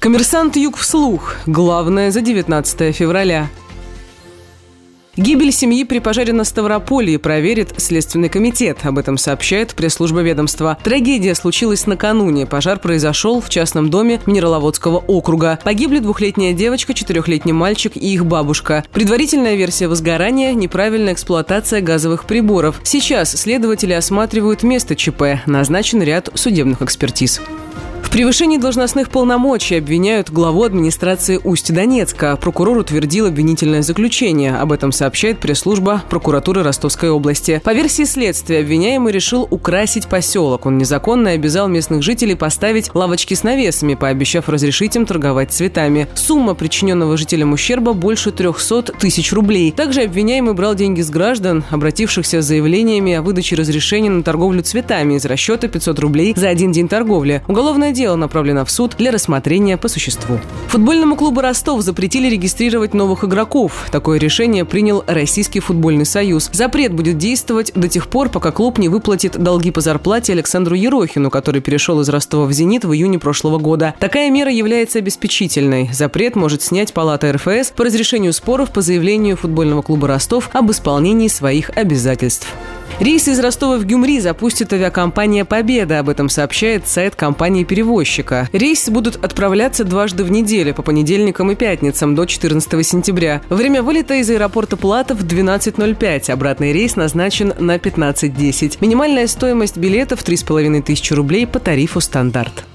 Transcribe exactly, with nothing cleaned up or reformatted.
Коммерсант Юг вслух. Главное за девятнадцатое февраля. Гибель семьи при пожаре на Ставрополье проверит Следственный комитет. Об этом сообщает пресс-служба ведомства. Трагедия случилась накануне. Пожар произошел в частном доме Минераловодского округа. Погибли двухлетняя девочка, четырехлетний мальчик и их бабушка. Предварительная версия возгорания – неправильная эксплуатация газовых приборов. Сейчас следователи осматривают место ЧП. Назначен ряд судебных экспертиз. В превышении должностных полномочий обвиняют главу администрации Усть-Донецка. Прокурор утвердил обвинительное заключение. Об этом сообщает пресс-служба прокуратуры Ростовской области. По версии следствия, обвиняемый решил украсить поселок. Он незаконно обязал местных жителей поставить лавочки с навесами, пообещав разрешить им торговать цветами. Сумма причиненного жителям ущерба больше трехсот тысяч рублей. Также обвиняемый брал деньги с граждан, обратившихся с заявлениями о выдаче разрешения на торговлю цветами из расчета пятьсот рублей за один день торговли. Уголовное дело направлено в суд для рассмотрения по существу. Футбольному клубу «Ростов» запретили регистрировать новых игроков. Такое решение принял Российский футбольный союз. Запрет будет действовать до тех пор, пока клуб не выплатит долги по зарплате Александру Ерохину, который перешел из Ростова в «Зенит» в июне прошлого года. Такая мера является обеспечительной. Запрет может снять Палата эр эф эс по разрешению споров по заявлению футбольного клуба «Ростов» об исполнении своих обязательств. Рейсы из Ростова в Гюмри запустит авиакомпания «Победа». Об этом сообщает сайт компании-перевозчика. Рейсы будут отправляться дважды в неделю, по понедельникам и пятницам, до четырнадцатого сентября. Время вылета из аэропорта Платов в двенадцать ноль пять. Обратный рейс назначен на пятнадцать десять. Минимальная стоимость билетов – три с половиной тысячи рублей по тарифу «Стандарт».